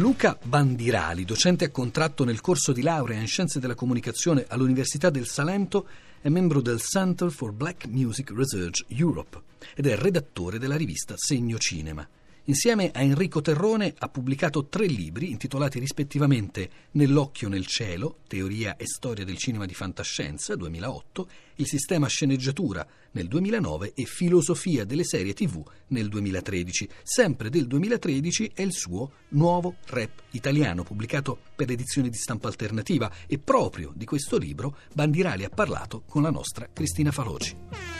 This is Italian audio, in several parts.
Luca Bandirali, docente a contratto nel corso di laurea in Scienze della Comunicazione all'Università del Salento, è membro del Center for Black Music Research Europe ed è redattore della rivista Segno Cinema. Insieme a Enrico Terrone ha pubblicato 3 libri intitolati rispettivamente Nell'occhio nel cielo, teoria e storia del cinema di fantascienza, 2008, Il sistema sceneggiatura nel 2009 e Filosofia delle serie TV nel 2013. Sempre del 2013 è il suo Nuovo Rap Italiano, pubblicato per edizioni di stampa alternativa, e proprio di questo libro Bandirali ha parlato con la nostra Cristina Faloci.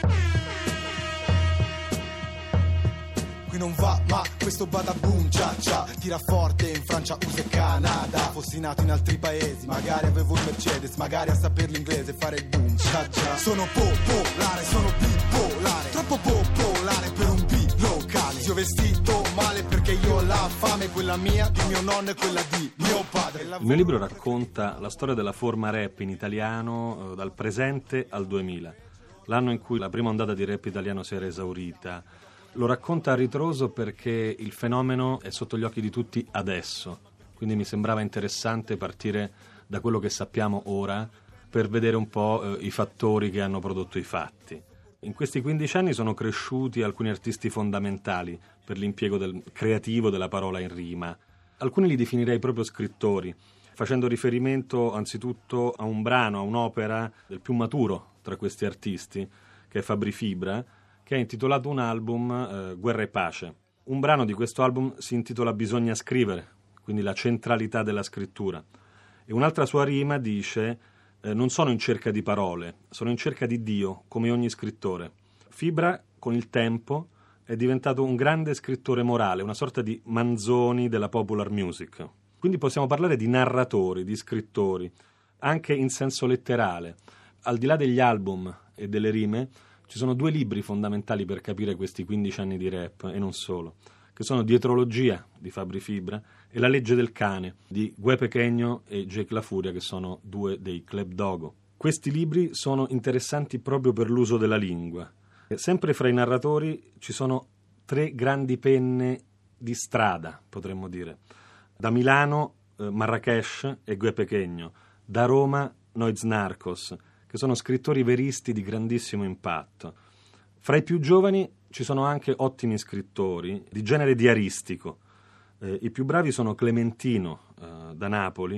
Non va, ma questo badaboom cia cia tira forte in Francia, USA e Canada. Fossi nato in altri paesi, magari avevo il Mercedes, magari a saper l'inglese fare il boom cia cia. Sono popolare, sono bipolare, troppo popolare per un B locale. Io vestito male perché io ho la fame, quella mia, di mio nonno e quella di mio padre. Il mio libro racconta la storia della forma rap in italiano dal presente al 2000, l'anno in cui la prima ondata di rap italiano si era esaurita. Lo racconta a ritroso perché il fenomeno è sotto gli occhi di tutti adesso, quindi mi sembrava interessante partire da quello che sappiamo ora per vedere un po' i fattori che hanno prodotto i fatti. In questi 15 anni sono cresciuti alcuni artisti fondamentali per l'impiego creativo della parola in rima. Alcuni li definirei proprio scrittori, facendo riferimento anzitutto a un brano, a un'opera del più maturo tra questi artisti, che è Fabri Fibra, che ha intitolato un album Guerra e Pace. Un brano di questo album si intitola Bisogna scrivere, quindi la centralità della scrittura. E un'altra sua rima dice non sono in cerca di parole, sono in cerca di Dio, come ogni scrittore. Fibra, con il tempo, è diventato un grande scrittore morale, una sorta di Manzoni della popular music. Quindi possiamo parlare di narratori, di scrittori, anche in senso letterale. Al di là degli album e delle rime, ci sono 2 libri fondamentali per capire questi 15 anni di rap, e non solo, che sono Dietrologia di Fabri Fibra e La legge del cane di Gue Pequeno e Jake La Furia, che sono 2 dei Club Dogo. Questi libri sono interessanti proprio per l'uso della lingua. Sempre fra i narratori ci sono 3 grandi penne di strada, potremmo dire. Da Milano Marrakesh e Gue Pequeno, da Roma Noiz Narcos, che sono scrittori veristi di grandissimo impatto. Fra i più giovani ci sono anche ottimi scrittori di genere diaristico. I più bravi sono Clementino da Napoli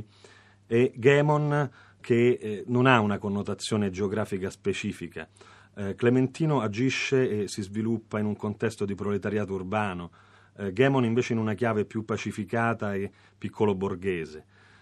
e Gemon, che non ha una connotazione geografica specifica. Clementino agisce e si sviluppa in un contesto di proletariato urbano, Gemon invece in una chiave più pacificata e piccolo borghese.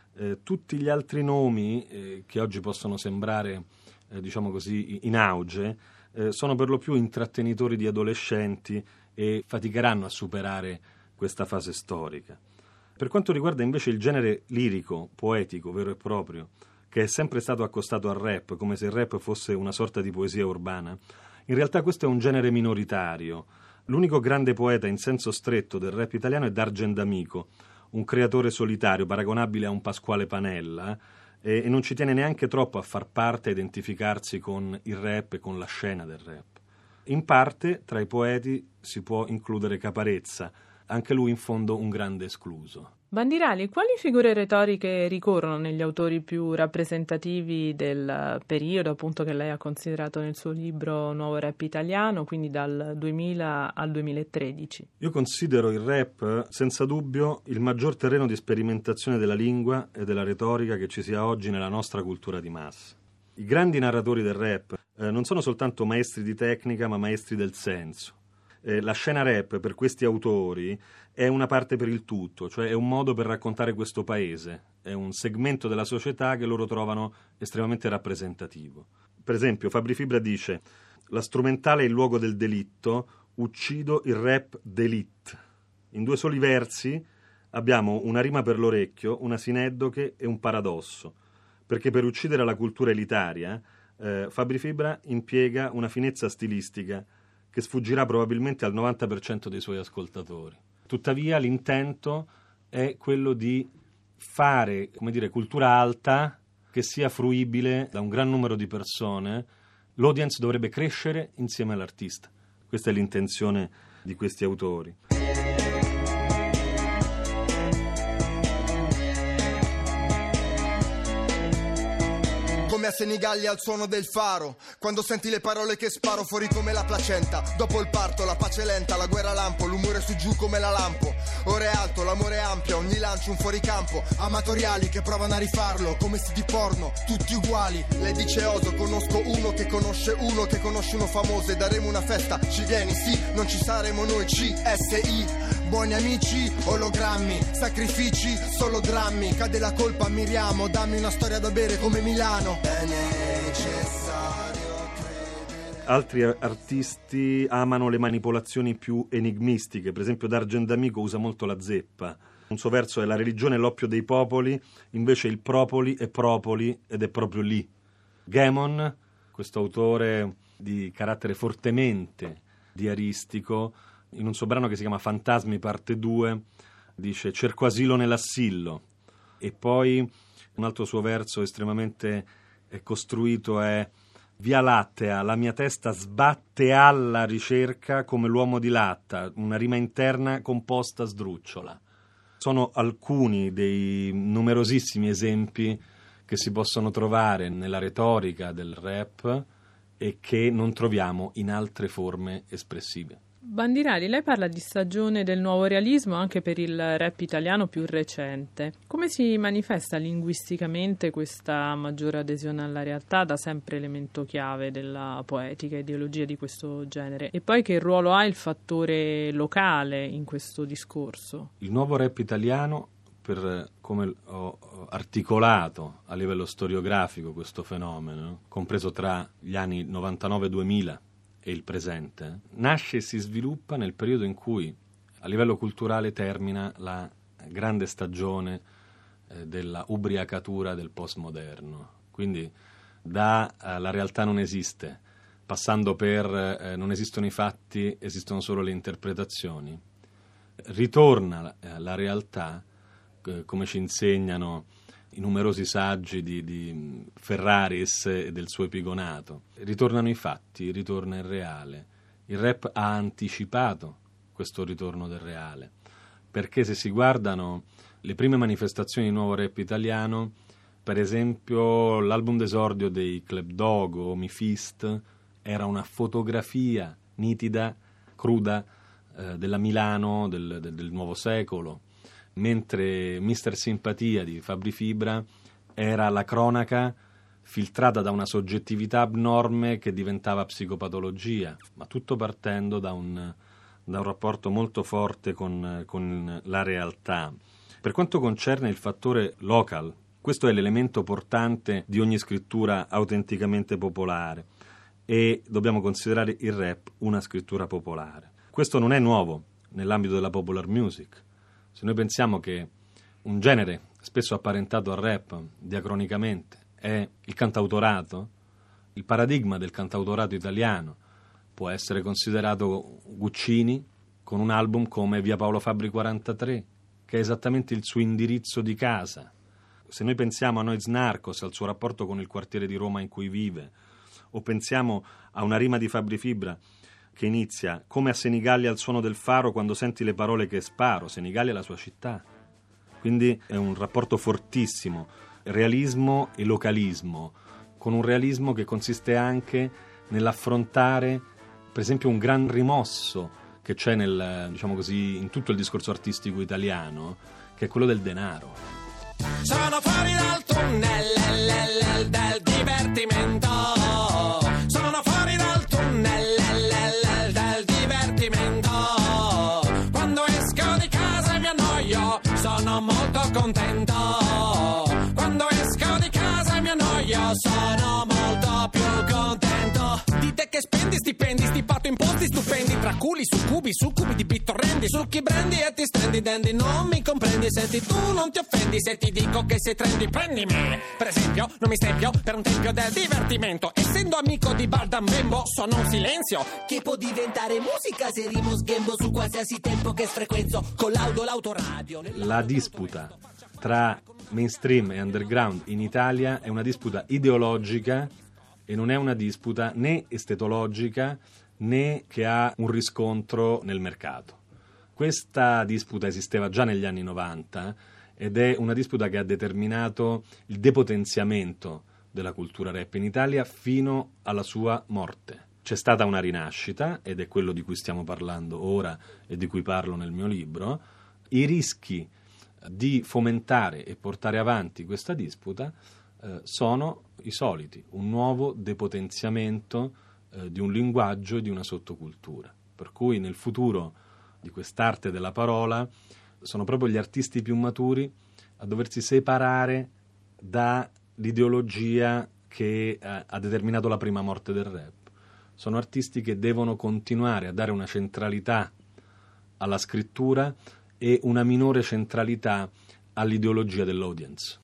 Tutti gli altri nomi che oggi possono sembrare diciamo così in auge sono per lo più intrattenitori di adolescenti e faticheranno a superare questa fase storica. Per quanto riguarda invece il genere lirico, poetico, vero e proprio, che è sempre stato accostato al rap come se il rap fosse una sorta di poesia urbana, in realtà questo è un genere minoritario. L'unico grande poeta in senso stretto del rap italiano è Dargen D'Amico, un creatore solitario paragonabile a un Pasquale Panella, e non ci tiene neanche troppo a far parte e identificarsi con il rap e con la scena del rap. In parte, tra i poeti si può includere Caparezza, anche lui in fondo un grande escluso. Bandirali, quali figure retoriche ricorrono negli autori più rappresentativi del periodo, appunto, che lei ha considerato nel suo libro Nuovo Rap Italiano, quindi dal 2000 al 2013? Io considero il rap senza dubbio il maggior terreno di sperimentazione della lingua e della retorica che ci sia oggi nella nostra cultura di massa. I grandi narratori del rap non sono soltanto maestri di tecnica, ma maestri del senso. La scena rap per questi autori è una parte per il tutto, cioè è un modo per raccontare questo paese, è un segmento della società che loro trovano estremamente rappresentativo. Per esempio, Fabri Fibra dice: la strumentale è il luogo del delitto, uccido il rap d'élite. In 2 soli versi abbiamo una rima per l'orecchio, una sineddoche e un paradosso, perché per uccidere la cultura elitaria Fabri Fibra impiega una finezza stilistica che sfuggirà probabilmente al 90% dei suoi ascoltatori. Tuttavia l'intento è quello di fare, cultura alta che sia fruibile da un gran numero di persone. L'audience dovrebbe crescere insieme all'artista. Questa è l'intenzione di questi autori. come a Senigallia al suono del faro. Quando senti le parole che sparo fuori come la placenta. Dopo il parto, la pace lenta, la guerra lampo, l'umore su giù come la lampo. Ore alto, l'amore ampio, ogni lancio un fuoricampo. Amatoriali che provano a rifarlo, come siti porno, tutti uguali. Lei dice oso, conosco uno che conosce uno famoso e daremo una festa. Ci vieni, sì, non ci saremo noi, CSI. Buoni amici, ologrammi, sacrifici, solo drammi. Cade la colpa, miriamo, dammi una storia da bere come Milano. È necessario credere. Altri artisti amano le manipolazioni più enigmistiche, per esempio D'Argent D'Amico usa molto la zeppa. Un suo verso è: la religione è l'oppio dei popoli, invece il propoli è propoli ed è proprio lì. Gammon, questo autore di carattere fortemente diaristico, in un suo brano che si chiama Fantasmi parte 2 dice: cerco asilo nell'assillo. E poi un altro suo verso estremamente costruito è: via Lattea, la mia testa sbatte alla ricerca come l'uomo di latta, una rima interna composta sdrucciola. Sono alcuni dei numerosissimi esempi che si possono trovare nella retorica del rap e che non troviamo in altre forme espressive. Bandirali, lei parla di stagione del nuovo realismo anche per il rap italiano più recente. Come si manifesta linguisticamente questa maggiore adesione alla realtà, da sempre elemento chiave della poetica e ideologia di questo genere? E poi che ruolo ha il fattore locale in questo discorso? Il nuovo rap italiano, per come ho articolato a livello storiografico questo fenomeno, compreso tra gli anni 99-2000 e il presente, nasce e si sviluppa nel periodo in cui a livello culturale termina la grande stagione della ubriacatura del postmoderno. Quindi la realtà non esiste, passando per non esistono i fatti, esistono solo le interpretazioni. Ritorna la realtà, come ci insegnano i numerosi saggi di Ferraris e del suo epigonato. Ritornano i fatti, ritorna il reale. Il rap ha anticipato questo ritorno del reale, perché se si guardano le prime manifestazioni di nuovo rap italiano, per esempio l'album d'esordio dei Club Dogo, Mi Fist, era una fotografia nitida, cruda, della Milano del nuovo secolo, mentre Mister Simpatia di Fabri Fibra era la cronaca filtrata da una soggettività abnorme che diventava psicopatologia, ma tutto partendo da un rapporto molto forte con la realtà. Per quanto concerne il fattore local, questo è l'elemento portante di ogni scrittura autenticamente popolare e dobbiamo considerare il rap una scrittura popolare. Questo non è nuovo nell'ambito della popular music. Se noi pensiamo che un genere spesso apparentato al rap diacronicamente è il cantautorato, il paradigma del cantautorato italiano può essere considerato Guccini con un album come Via Paolo Fabri 43, che è esattamente il suo indirizzo di casa. Se noi pensiamo a Noyz Narcos, al suo rapporto con il quartiere di Roma in cui vive, o pensiamo a una rima di Fabri Fibra che inizia come a Senigallia al suono del faro quando senti le parole che sparo. Senigallia è la sua città. Quindi è un rapporto fortissimo, realismo e localismo, con un realismo che consiste anche nell'affrontare, per esempio, un gran rimosso che c'è in tutto il discorso artistico italiano, che è quello del denaro. Sono fuori dal tunnel del divertimento. Sono fuori dal tunnel del divertimento. Quando esco di casa e mi annoio, sono molto contento. Quando esco di casa e mi annoio, sono molto più contento. Di te che spendi stipendi, stipato imposti stupendi, tra culi, succubi di bittorrendi, succhi brendi e ti stendi dandy. Non mi comprendi, senti, tu non ti offendi se ti dico che sei trendy. Prendi me, per esempio, non mi stempio per un tempio del divertimento. Essendo amico di Bardam Bembo, sono un silenzio che può diventare musica se rimo sghembo su qualsiasi tempo che sfrequenzo con l'autoradio. La disputa tra mainstream e underground in Italia è una disputa ideologica e non è una disputa né estetologica né che ha un riscontro nel mercato. Questa disputa esisteva già negli anni 90 ed è una disputa che ha determinato il depotenziamento della cultura rap in Italia fino alla sua morte. C'è stata una rinascita, ed è quello di cui stiamo parlando ora e di cui parlo nel mio libro. I rischi di fomentare e portare avanti questa disputa sono i soliti: un nuovo depotenziamento di un linguaggio e di una sottocultura. Per cui nel futuro di quest'arte della parola sono proprio gli artisti più maturi a doversi separare dall'ideologia che ha determinato la prima morte del rap. Sono artisti che devono continuare a dare una centralità alla scrittura e una minore centralità all'ideologia dell'audience.